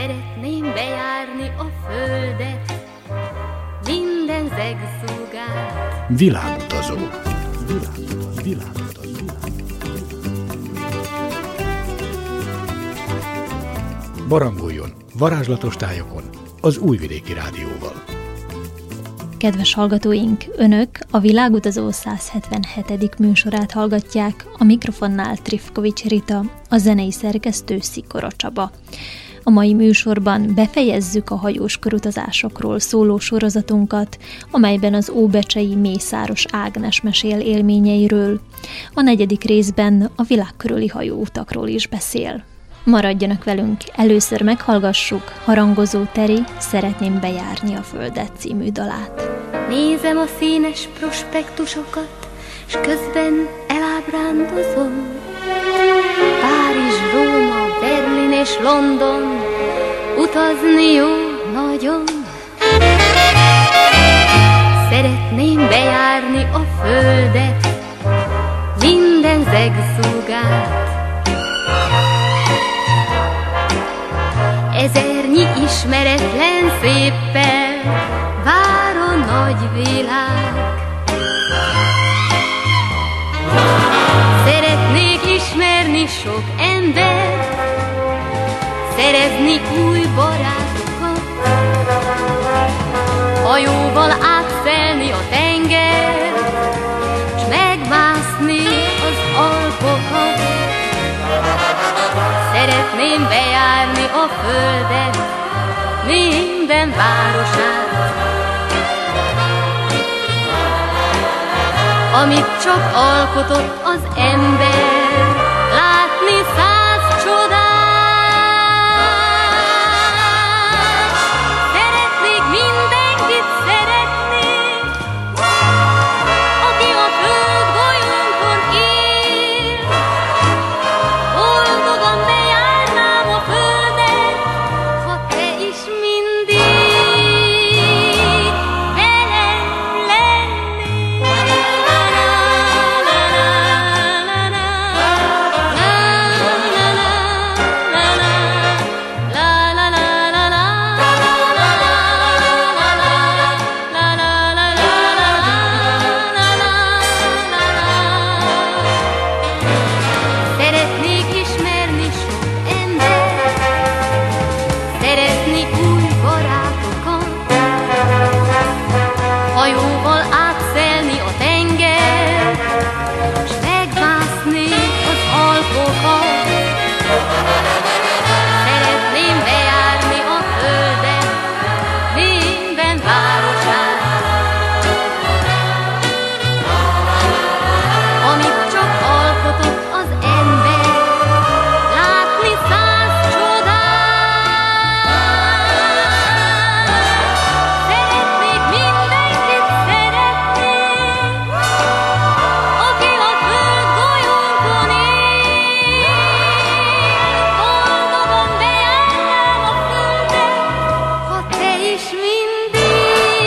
Szeretném bejárni a földet, minden zegszúgát. Világutazó. Barangoljon varázslatos tájokon az Újvidéki Rádióval. Kedves hallgatóink, Önök a Világutazó 177. műsorát hallgatják, a mikrofonnál Trifkovics Rita, a zenei szerkesztő Szikora Csaba. A mai műsorban befejezzük a hajós körutazásokról szóló sorozatunkat, amelyben az óbecsei Mészáros Ágnes mesél élményeiről. A 4. részben a világkörüli hajóutakról is beszél. Maradjanak velünk, először meghallgassuk Harangozó Teri Szeretném bejárni a földet című dalát. Nézem a színes prospektusokat, s közben elábrándozom. Párizs, Róma, Berlin és London, utazni jó nagyon. Szeretném bejárni a földet, minden zegszúgát. Ezernyi ismeretlen széppel vár a nagy világ. Szeretnék ismerni sok embert, szerezni új barátokat, hajóval átszelni a tengert, s megmászni az Alpokat. Szeretném bejárni a földet, minden városát, amit csak alkotott az ember, látni 100 csodát. Szeretnék mindenkit szeretni, aki a föld golyónkon él. Boldogan bejárnám a földet, ha te is mindig velem lennél. Szeretnék ismerni sok embert, szerezni új barátokat, hajóval átszelni a tengert, s megmászni az Alpokat. Szeretném bejárni a földet, minden városát, amit csak alkotott az ember, látni 100 csodát. Szeretnék mindenkit szeretni, aki a föld golyónkon él. Boldogan bejárnám a földet, ha te is mindig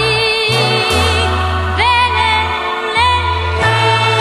velem lennél.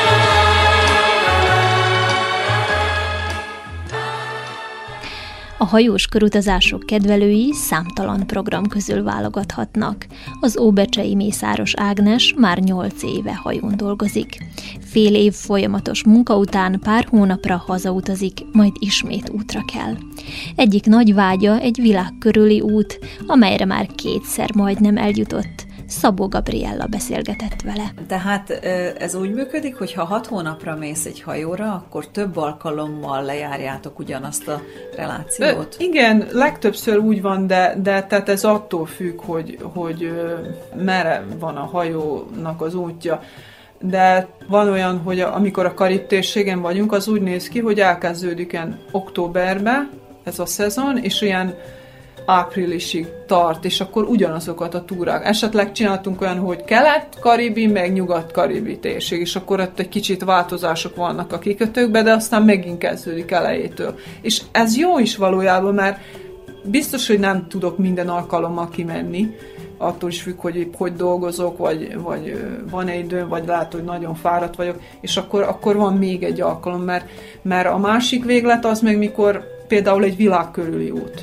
A hajós körutazások kedvelői számtalan program közül válogathatnak. Az óbecsei Mészáros Ágnes már 8 éve hajón dolgozik. Fél év folyamatos munka után pár hónapra hazautazik, majd ismét útra kell. Egyik nagy vágya egy világkörüli út, amelyre már 2-szer majdnem eljutott. Szabó Gabriella beszélgetett vele. Tehát ez úgy működik, hogy ha 6 hónapra mész egy hajóra, akkor több alkalommal lejárjátok ugyanazt a relációt? Igen, legtöbbször úgy van, de tehát ez attól függ, hogy merre van a hajónak az útja. De van olyan, hogy amikor a Karib térségen vagyunk, az úgy néz ki, hogy elkezdődik ilyen októberben ez a szezon, és ilyen áprilisig tart, és akkor ugyanazokat a túrák. Esetleg csináltunk olyan, hogy kelet-karibi, meg nyugat-karibi térség, és akkor ott egy kicsit változások vannak a kikötőkben, de aztán megint kezdődik elejétől. És ez jó is valójában, mert biztos, hogy nem tudok minden alkalommal kimenni, attól is függ, hogy épp hogy dolgozok, vagy van-e időm, vagy lehet, hogy nagyon fáradt vagyok, és akkor van még egy alkalom, mert a másik véglet az meg mikor például egy világkörüli út.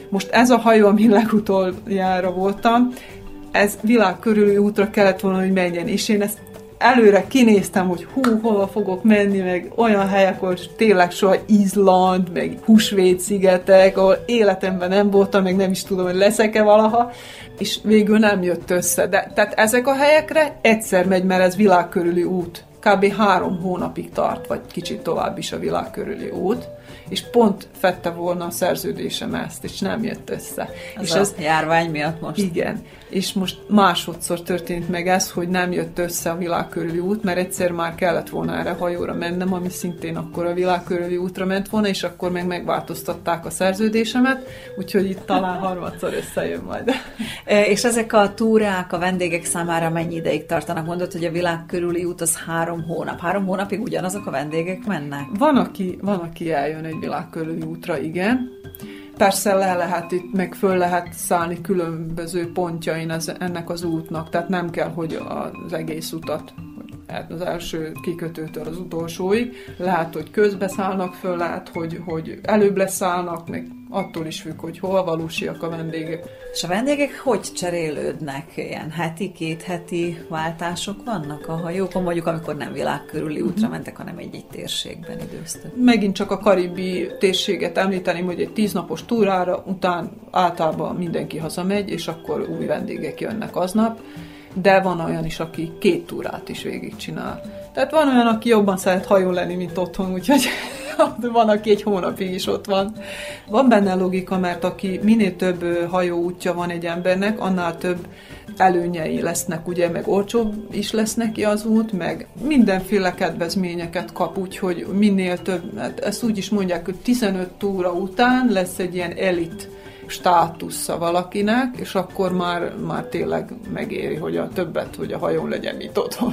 Most ez a hajó, amin legutoljára voltam, ez világ körüli útra kellett volna, hogy menjen, és én ezt előre kinéztem, hogy hova fogok menni, meg olyan helyek, ahol tényleg soha Izland, meg Húsvét-szigetek, ahol életemben nem voltam, meg nem is tudom, hogy leszek-e valaha, és végül nem jött össze. De, tehát ezek a helyekre egyszer megy, mert ez világ körüli út. Kb. 3 hónapig tart, vagy kicsit tovább is a világ körüli út, és pont fette volna a szerződésem ezt, és nem jött össze. És ez járvány miatt most. Igen, és most másodszor történt meg ez, hogy nem jött össze a világ körüli út, mert egyszer már kellett volna erre hajóra mennem, ami szintén akkor a világ körüli útra ment volna, és akkor meg megváltoztatták a szerződésemet, úgyhogy itt talán harmadszor összejön majd. És ezek a túrák a vendégek számára mennyi ideig tartanak? Mondod, hogy a világ körüli út az 3 hónap. 3 hónapig ugyanazok a vendégek mennek? Van, aki eljön egy világ körüli útra, igen. Persze lehet itt, meg föl lehet szállni különböző pontjain ennek az útnak, tehát nem kell, hogy az egész utat, az első kikötőtől az utolsóig, lehet, hogy közbeszállnak föl, lehet, hogy előbb leszállnak, meg attól is függ, hogy hol valósiak a vendégek. És a vendégek hogy cserélődnek? Ilyen heti, 2 heti váltások vannak a hajókon, mondjuk amikor nem világ körüli útra mentek, hanem egy térségben időztek? Megint csak a karibi térséget említeni, hogy egy 10 napos túrára után általában mindenki hazamegy, és akkor új vendégek jönnek aznap, de van olyan is, aki 2 túrát is végigcsinál. Tehát van olyan, aki jobban szeret hajón lenni, mint otthon, úgyhogy van, aki 1 hónapig is ott van. Van benne logika, mert aki minél több hajóútja van egy embernek, annál több előnyei lesznek, ugye, meg olcsóbb is lesz neki az út, meg mindenféle kedvezményeket kap, úgyhogy minél több, hát ezt úgy is mondják, hogy 15 túra után lesz egy ilyen elit státusza valakinek, és akkor már tényleg megéri, hogy a többet, hogy a hajón legyen, mint otthon.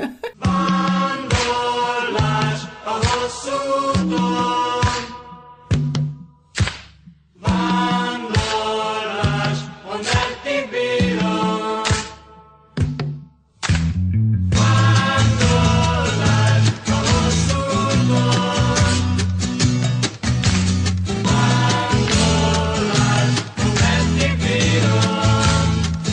Vándorlás a hosszú úton, vándorlás, hogy meddig bírom. Vándorlás a hosszú úton, vándorlás, hogy meddig bírom.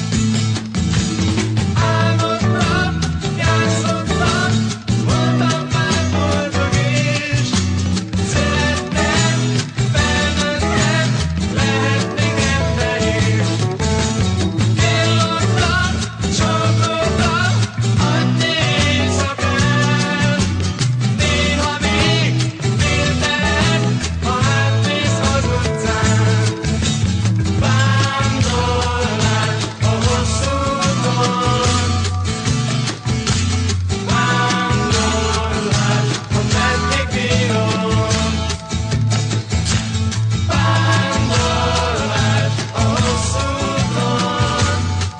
Álmodtam, játszottam, voltam már boldog is. Szerettem, felnőttem, lehetnék ember is. Villogtam, csókoltam, annyi éjszakán. Néha még féltelen, ha átmész az utcán. Vándorlás a hosszú úton, vándorlás, hogy meddig bírom. Vándorlás a hosszú úton,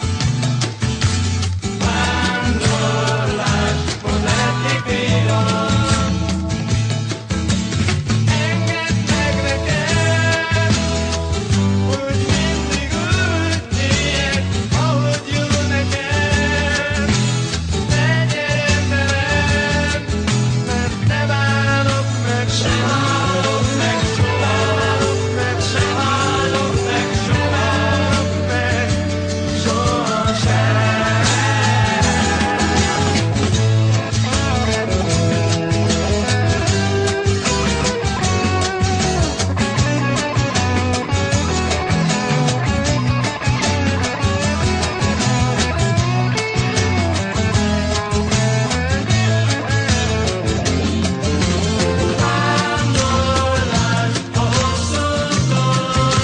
vándorlás, hogy meddig bírom. Engedd meg nekem, hogy mindig úgy éljek, ahogy jó nekem. Ne gyere velem, mert nem állok meg, sem állok meg, sem állok meg, sem állok meg, sem állok meg, sohasem. Vándorlás a hosszú úton,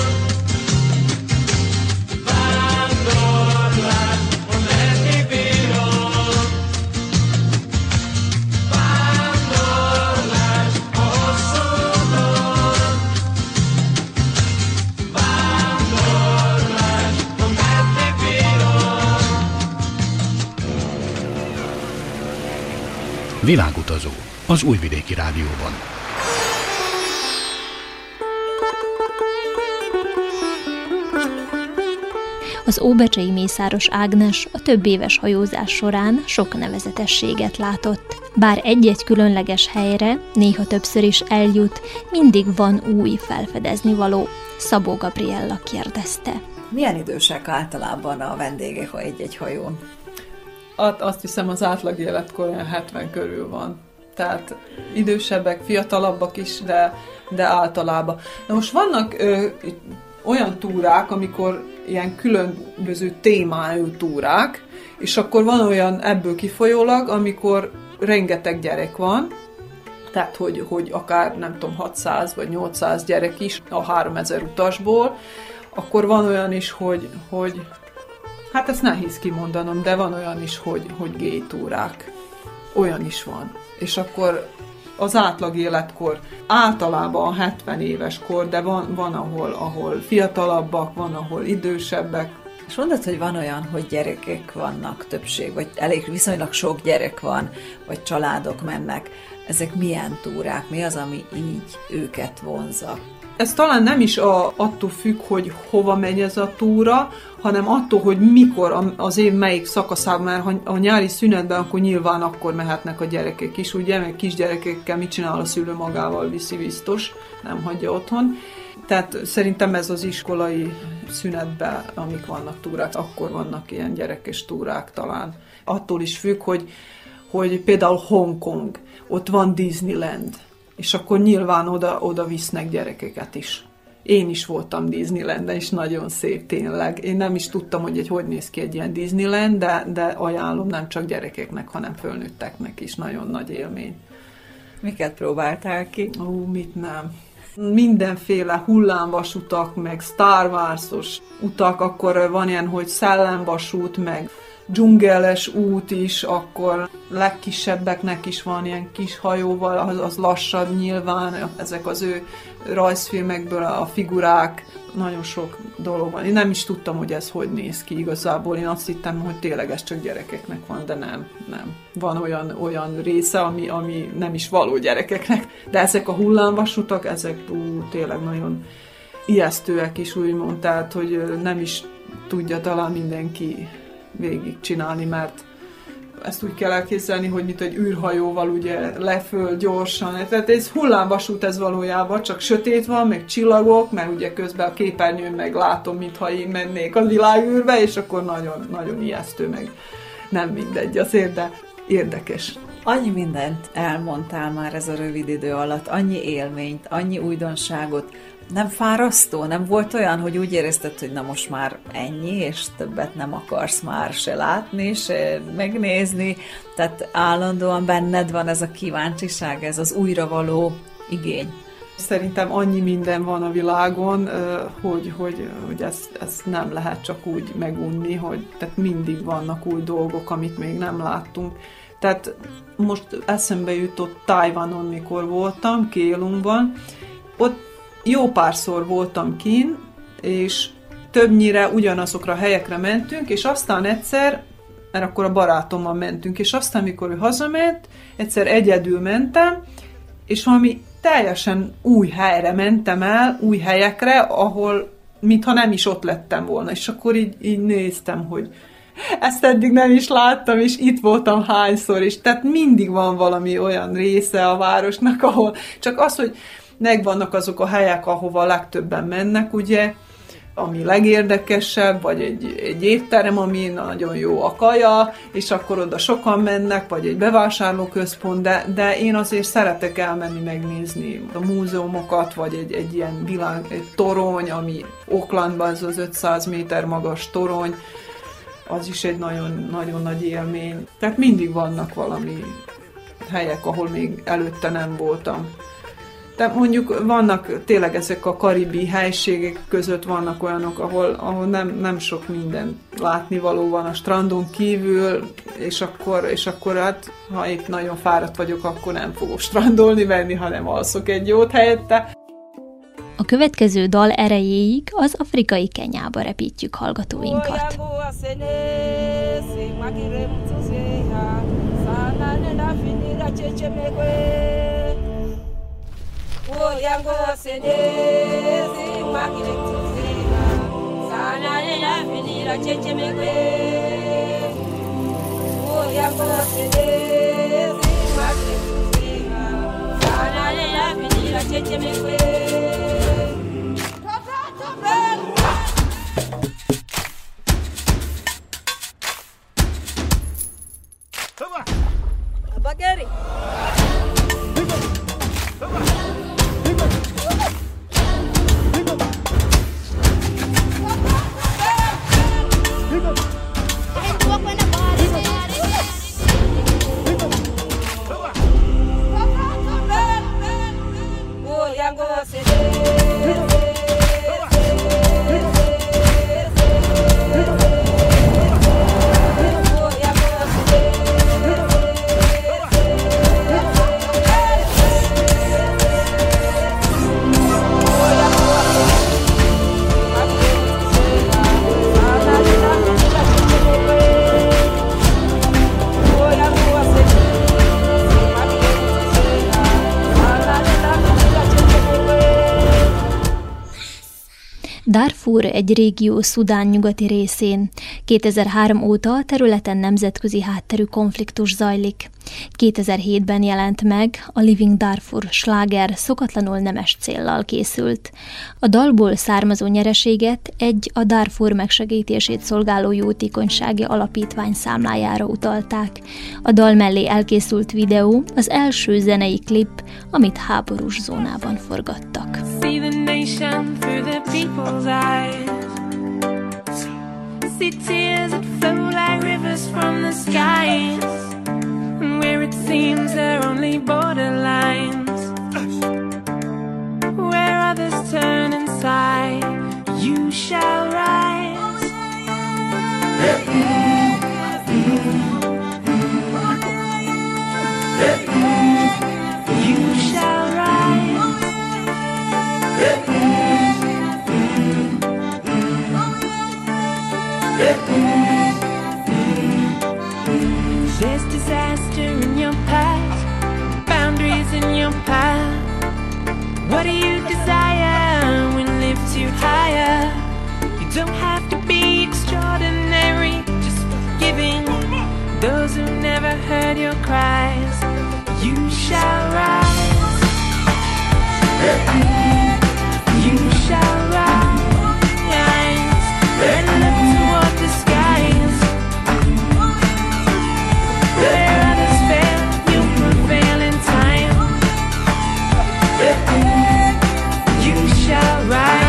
vándorlás, hogy meddig bírom. Vándorlás a hosszú úton, vándorlás, hogy meddig bírom. Világutazó az Újvidéki Rádióban. Az óbecsei Mészáros Ágnes a több éves hajózás során sok nevezetességet látott. Bár egy-egy különleges helyre, néha többször is eljut, mindig van új felfedezni való. Szabó Gabriella kérdezte. Milyen idősek általában a vendégek egy-egy hajón? Azt hiszem, az átlag életkor olyan 70 körül van. Tehát idősebbek, fiatalabbak is, de általában. Na most vannak olyan túrák, amikor ilyen különböző témájú túrák, és akkor van olyan ebből kifolyólag, amikor rengeteg gyerek van, tehát hogy akár nem tudom 600 vagy 800 gyerek is a 3000 utasból, akkor van olyan is, hogy hát ezt nehéz kimondanom, de van olyan is, hogy gay túrák. Olyan is van. És akkor az átlag életkor általában a 70 éves kor, de van ahol fiatalabbak, van, ahol idősebbek. És mondod, hogy van olyan, hogy gyerekek vannak többség, vagy elég viszonylag sok gyerek van, vagy családok mennek. Ezek milyen túrák? Mi az, ami így őket vonzza? Ez talán nem is attól függ, hogy hova megy ez a túra, hanem attól, hogy mikor, az év melyik szakaszában, mert ha a nyári szünetben, akkor nyilván akkor mehetnek a gyerekek is, ugye, meg kisgyerekekkel mit csinál a szülő, magával viszi biztos, nem hagyja otthon. Tehát szerintem ez az iskolai szünetben, amik vannak túrák, akkor vannak ilyen gyerekes túrák talán. Attól is függ, hogy például Hongkong, ott van Disneyland, és akkor nyilván oda visznek gyerekeket is. Én is voltam Disneylanden, és nagyon szép tényleg. Én nem is tudtam, hogy néz ki egy ilyen Disneyland, de ajánlom nem csak gyerekeknek, hanem fölnőtteknek is. Nagyon nagy élmény. Miket próbáltál ki? Mit nem. Mindenféle hullámvasutak, meg Star Wars-os utak, akkor van ilyen, hogy szellemvasút, meg dzsungeles út is, akkor legkisebbeknek is van ilyen kis hajóval, az lassabb nyilván, ezek az ő rajzfilmekből a figurák, nagyon sok dolog van. Én nem is tudtam, hogy ez hogy néz ki igazából, én azt hittem, hogy tényleg ez csak gyerekeknek van, de nem. Van olyan része, ami nem is való gyerekeknek, de ezek a hullámvasutak, ezek tényleg nagyon ijesztőek is, úgymond, tehát, hogy nem is tudja talán mindenki végigcsinálni, mert ezt úgy kell elképzelni, hogy mint egy űrhajóval ugye leföl gyorsan. Tehát ez hullámvasút ez valójában, csak sötét van, meg csillagok, meg ugye közben a képernyőn meg látom, mintha én mennék a világűrbe, és akkor nagyon, nagyon ijesztő, meg nem mindegy azért, de érdekes. Annyi mindent elmondtál már ez a rövid idő alatt, annyi élményt, annyi újdonságot. Nem fárasztó? Nem volt olyan, hogy úgy érezted, hogy na most már ennyi, és többet nem akarsz már se látni, se megnézni? Tehát állandóan benned van ez a kíváncsiság, ez az újra való igény. Szerintem annyi minden van a világon, hogy ezt nem lehet csak úgy megunni, tehát mindig vannak új dolgok, amit még nem láttunk. Tehát most eszembe jutott Tajvanon, mikor voltam, Keelungban, ott jó párszor voltam kint, és többnyire ugyanazokra a helyekre mentünk, és aztán egyszer, mert akkor a barátommal mentünk, és aztán, mikor ő hazament, egyszer egyedül mentem, és valami teljesen új helyre mentem el, új helyekre, ahol mintha nem is ott lettem volna, és akkor így néztem, hogy ezt eddig nem is láttam, és itt voltam hányszor is, tehát mindig van valami olyan része a városnak, ahol csak az, hogy megvannak azok a helyek, ahova legtöbben mennek, ugye, ami legérdekesebb, vagy egy étterem, ami nagyon jó a kaja, és akkor oda sokan mennek, vagy egy bevásárlóközpont, de én azért szeretek elmenni megnézni a múzeumokat, vagy egy ilyen egy torony, ami Aucklandban, ez az 500 méter magas torony, az is egy nagyon, nagyon nagy élmény. Tehát mindig vannak valami helyek, ahol még előtte nem voltam. De mondjuk vannak tényleg ezek a karibi helységek között vannak olyanok, ahol nem sok minden látnivaló van a strandon kívül, és akkor hát, ha épp nagyon fáradt vagyok, akkor nem fogok strandolni menni, hanem alszok egy jót helyette. A következő dal erejéig az afrikai Kenyába repítjük hallgatóinkat. Darfur egy régió Szudán nyugati részén. 2003 óta a területen nemzetközi hátterű konfliktus zajlik. 2007-ben jelent meg, a Living Darfur sláger szokatlanul nemes céllal készült. A dalból származó nyereséget egy a Darfur megsegítését szolgáló jótékonysági alapítvány számlájára utalták. A dal mellé elkészült videó az első zenei klip, amit háborús zónában forgattak. See the nation through the people's eyes. See tears that flow like rivers from the skies. Where it seems there are only borderlines. Where others turn and sigh, you shall rise. You shall rise. There's disaster in your past, boundaries in your path. What do you desire when lifts you higher? You don't have to be extraordinary, just forgiving those who never heard your cries. You shall rise. You shall rise and look toward the skies. Where others fail, you'll prevail in time. You shall rise.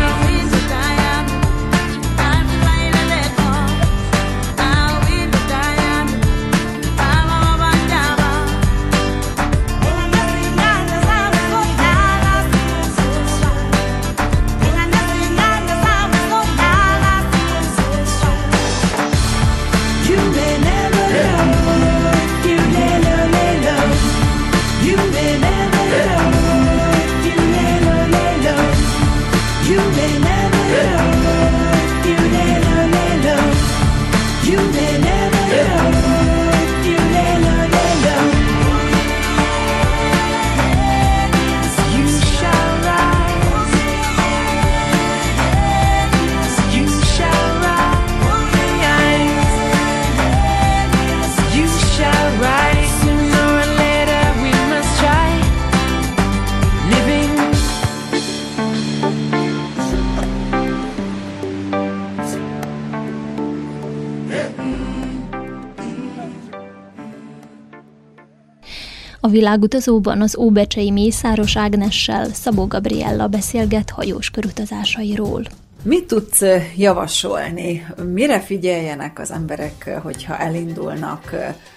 A világutazóban az óbecsei Mészáros Ágnessel Szabó Gabriella beszélget hajós körutazásairól. Mit tudsz javasolni? Mire figyeljenek az emberek, hogyha elindulnak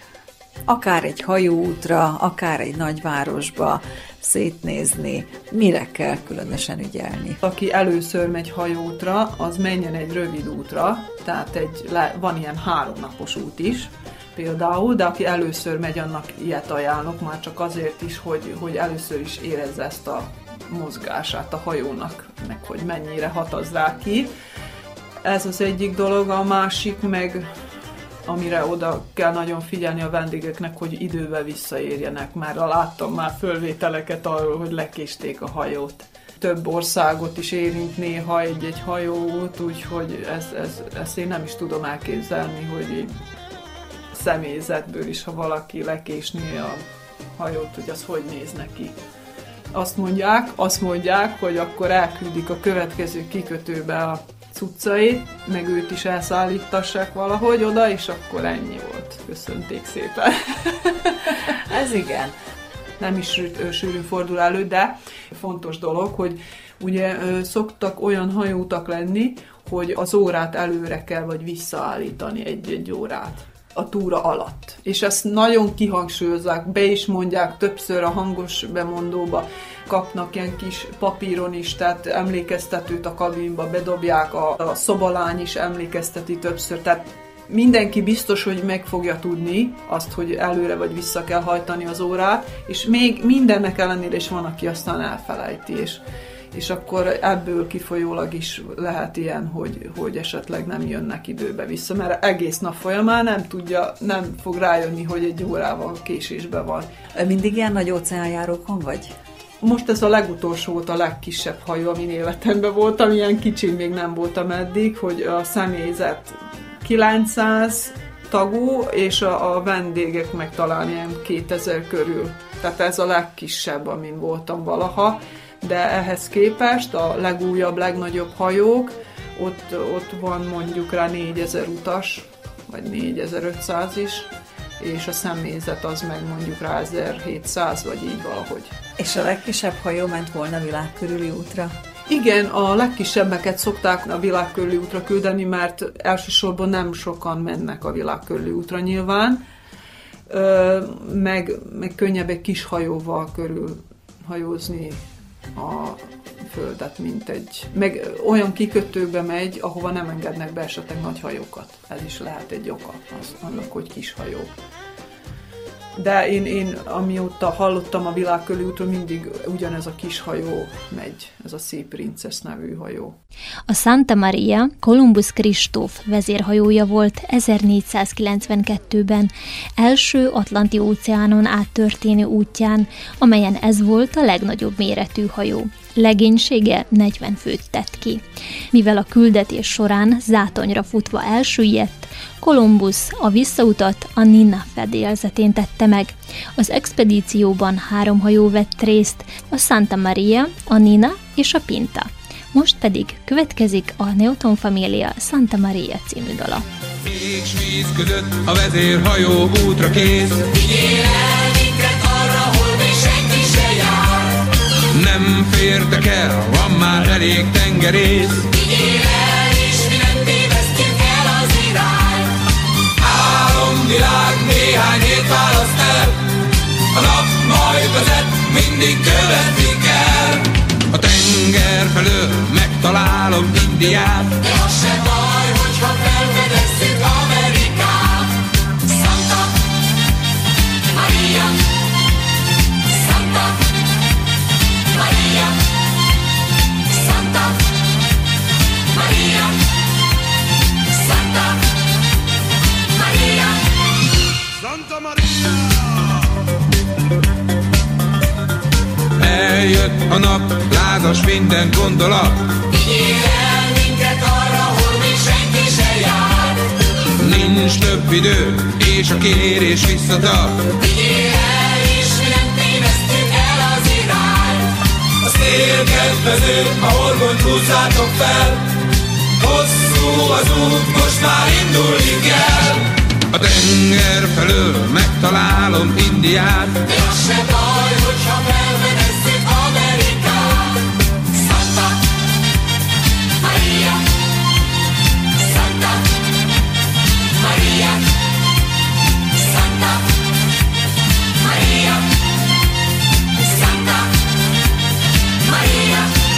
akár egy hajóútra, akár egy nagyvárosba szétnézni? Mire kell különösen ügyelni? Aki először megy hajóútra, az menjen egy rövid útra, tehát van ilyen 3 napos út is, például, de aki először megy, annak ilyet ajánlok, már csak azért is, hogy először is érezze ezt a mozgását a hajónak, meg hogy mennyire hat az rá ki. Ez az egyik dolog, a másik meg, amire oda kell nagyon figyelni a vendégeknek, hogy idővel visszaérjenek, mert láttam már fölvételeket arról, hogy lekésték a hajót. Több országot is érint néha egy hajóút, úgyhogy ezt én nem is tudom elképzelni, hogy személyzetből is, ha valaki lekésné a hajót, hogy az hogy néz neki. azt mondják, hogy akkor elküldik a következő kikötőbe a cuccait, meg őt is elszállítassák valahogy oda, és akkor ennyi volt. Köszönték szépen. Ez igen. Nem is sűrűn fordul elő, de fontos dolog, hogy ugye szoktak olyan hajóutak lenni, hogy az órát előre kell, vagy visszaállítani egy órát a túra alatt. És ezt nagyon kihangsúlyozzák, be is mondják többször a hangos bemondóba, kapnak ilyen kis papíron is, tehát emlékeztetőt a kabinba bedobják, a szobalány is emlékezteti többször, tehát mindenki biztos, hogy meg fogja tudni azt, hogy előre vagy vissza kell hajtani az órát, és még mindennek ellenére is van, aki aztán elfelejti, és akkor ebből kifolyólag is lehet ilyen, hogy esetleg nem jönnek időbe vissza, mert egész nap folyamán nem fog rájönni, hogy egy órával késésben van. Mindig ilyen nagy óceánjárókon vagy? Most ez a legutolsó volt a legkisebb hajó, amin életemben voltam, ilyen kicsi még nem voltam eddig, hogy a személyzet 900 tagú, és a vendégek meg talán ilyen 2000 körül. Tehát ez a legkisebb, amin voltam valaha. De ehhez képest a legújabb, legnagyobb hajók, ott van mondjuk rá 4000 utas, vagy 4500 is, és a személyzet az meg mondjuk rá 1700, vagy így valahogy. És a legkisebb hajó ment volna világkörüli útra? Igen, a legkisebbeket szokták a világkörüli útra küldeni, mert elsősorban nem sokan mennek a világkörüli útra nyilván, meg könnyebb egy kis hajóval körül hajózni a földet, meg olyan kikötőkbe megy, ahova nem engednek be esetleg nagy hajókat. Ez is lehet egy oka annak, hogy kis hajó. De én amióta hallottam a világkörüli útról, mindig ugyanez a kis hajó megy, ez a Sea Princess nevű hajó. A Santa Maria Kolumbusz Kristóf vezérhajója volt 1492-ben első Atlanti-óceánon áttörténő útján, amelyen ez volt a legnagyobb méretű hajó. Legénysége 40 főt tett ki. Mivel a küldetés során zátonyra futva elsüllyedt, Kolumbusz a visszautat a Nina fedélzetén tette meg. Az expedícióban 3 hajó vett részt, a Santa Maria, a Nina és a Pinta. Most pedig következik a Newton Família Santa Maria című dala. Ég s víz között a vezérhajó útra kész. Vigyél el minket arra, hol még senki se jár. Nem fértek el, van már elég tengerész. Vigyél el, és mi nem tévesztjük el az irányt. Álomvilág néhány hét választ el. A nap majd vezet, mindig követni kell. A tenger felől megtalálom Indiát. De az se baj, hogyha felfedezzük Amerikát. Santa Maria, Santa Maria, Santa Maria, Santa Maria, Santa Maria. Eljött a nap, lázas minden gondolat. Vigyél el minket arra, hol még senki se jár. Nincs több idő, és a kérés visszatart. Vigyél el, és mi nem tévesztjük el az irányt. A szél kedvező, a horgonyt húzzátok fel. Hosszú az út, most már indulni kell. A tenger felől megtalálom Indiát. De az se baj, hogyha felfedezzük Amerikát. Santa Maria, Santa Maria, Santa Maria, Santa Maria.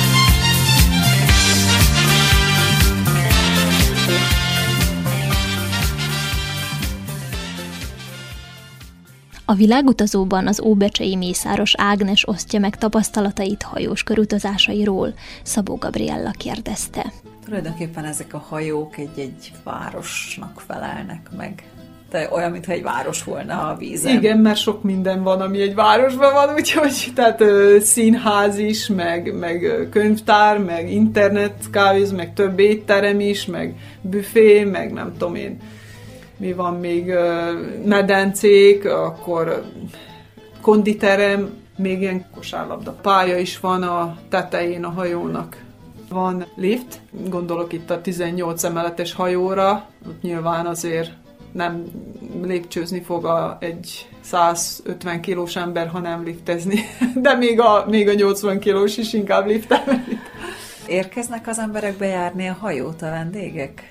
A világutazóban az óbecsei mészáros Ágnes osztja meg tapasztalatait hajós körutazásairól. Szabó Gabriella kérdezte. Tulajdonképpen ezek a hajók egy városnak felelnek meg. De olyan, mintha egy város volna a vízen. Igen, mert sok minden van, ami egy városban van, úgyhogy tehát színház is, meg könyvtár, meg internetkávéz, meg több étterem is, meg büfé, meg nem tudom én, mi van még, medencék, akkor konditerem, Még ilyen kosárlabda pálya is van a tetején a hajónak. Van lift, gondolok itt a 18 emeletes hajóra, ott nyilván azért nem lépcsőzni fog egy 150 kilós ember, ha nem liftezni, de még a 80 kilós is inkább liftel. Érkeznek az emberek bejárni a hajót, a vendégek?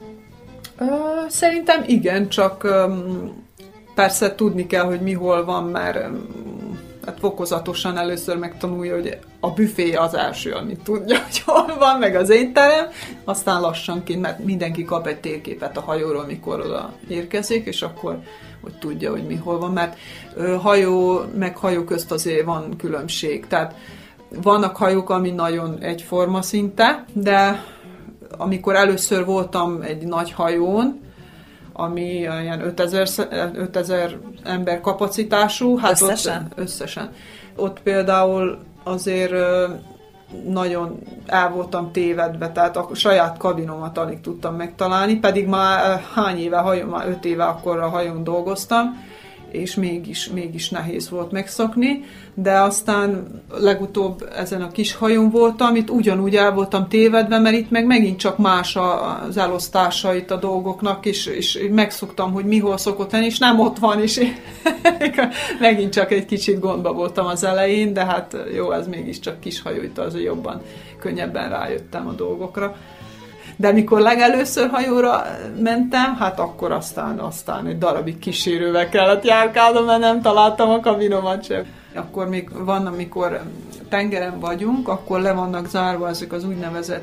Szerintem igen, csak persze tudni kell, hogy mi hol van, mert hát fokozatosan először megtanulja, hogy a büfé az első, amit tudja, hogy hol van, meg az étterem, aztán lassanként, mert mindenki kap egy térképet a hajóról, mikor oda érkezik, és akkor hogy tudja, hogy mi hol van, mert hajó meg hajó közt azért van különbség, tehát vannak hajók, ami nagyon egyforma szinte, de amikor először voltam egy nagy hajón, ami ilyen 5000 ember kapacitású. Hát összesen. Ott például azért nagyon el voltam tévedve, tehát a saját kabinomat alig tudtam megtalálni, pedig már már 5 éve akkor a hajón dolgoztam, és mégis nehéz volt megszokni, de aztán legutóbb ezen a kis hajón voltam, itt ugyanúgy el voltam tévedve, mert itt meg megint csak más az elosztása itt a dolgoknak, és megszoktam, hogy mihol szokott lenni, és nem ott van, és megint csak egy kicsit gondba voltam az elején, de hát jó, ez mégiscsak kis hajó, itt azért jobban, könnyebben rájöttem a dolgokra. De mikor legelőször hajóra mentem, hát akkor aztán egy darabig kísérővel kellett járkálnom, mert nem találtam a kabinomat sem. Akkor még van, amikor tengeren vagyunk, akkor le vannak zárva ezek az úgynevezett,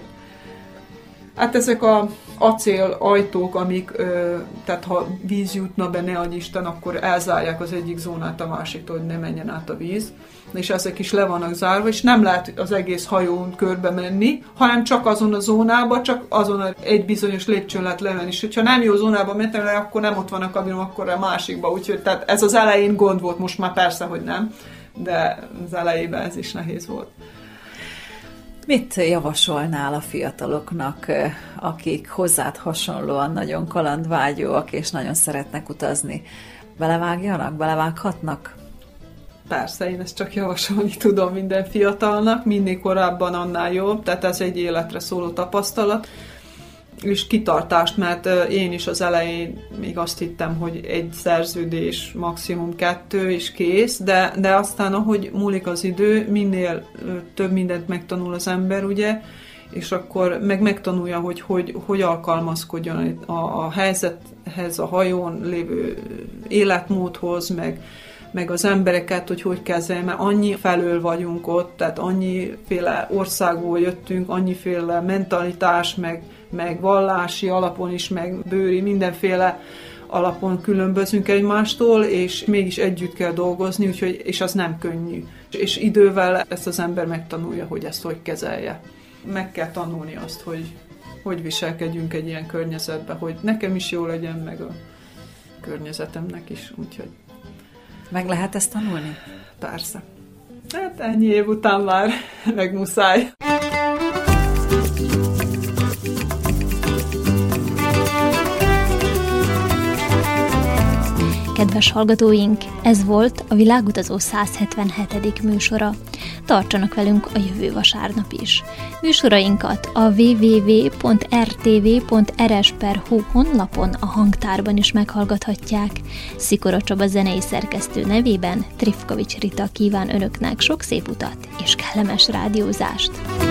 hát ezek az acél ajtók, amik, tehát ha víz jutna be, ne adj Isten, akkor elzárják az egyik zónát a másiktól, hogy ne menjen át a víz. És ezek is le vannak zárva, és nem lehet az egész hajón körbe menni, hanem csak azon a zónában, csak azon egy bizonyos lépcsőn lehet lemenni. És hogyha nem jó zónába mentem, akkor nem ott van a kabinom, akkor a másikba. Úgyhogy tehát ez az elején gond volt, most már persze, hogy nem, de az elejében ez is nehéz volt. Mit javasolnál a fiataloknak, akik hozzád hasonlóan nagyon kalandvágyóak, és nagyon szeretnek utazni? Belevághatnak? Persze, én ezt csak javasolni tudom minden fiatalnak, minél korábban annál jobb, tehát ez egy életre szóló tapasztalat, és kitartást, mert én is az elején még azt hittem, hogy egy szerződés, maximum 2 és kész, de aztán ahogy múlik az idő, minél több mindent megtanul az ember, ugye, és akkor megtanulja, hogy alkalmazkodjon a helyzethez, a hajón lévő életmódhoz, meg az embereket, hogy kezelje, mert annyi felől vagyunk ott, tehát annyiféle országból jöttünk, annyiféle mentalitás, meg vallási alapon is, meg bőri, mindenféle alapon különbözünk egymástól, és mégis együtt kell dolgozni, úgyhogy, és az nem könnyű. És idővel ezt az ember megtanulja, hogy ezt hogy kezelje. Meg kell tanulni azt, hogy viselkedjünk egy ilyen környezetben, hogy nekem is jó legyen, meg a környezetemnek is, úgyhogy meg lehet ezt tanulni? Persze. Hát ennyi év után már meg muszáj. Kedves hallgatóink, ez volt a Világutazó 177. műsora. Tartsanak velünk a jövő vasárnap is. Műsorainkat a www.rtv.rs.hu honlapon a hangtárban is meghallgathatják. Szikora Csaba zenei szerkesztő nevében Trifkovics Rita kíván önöknek sok szép utat és kellemes rádiózást.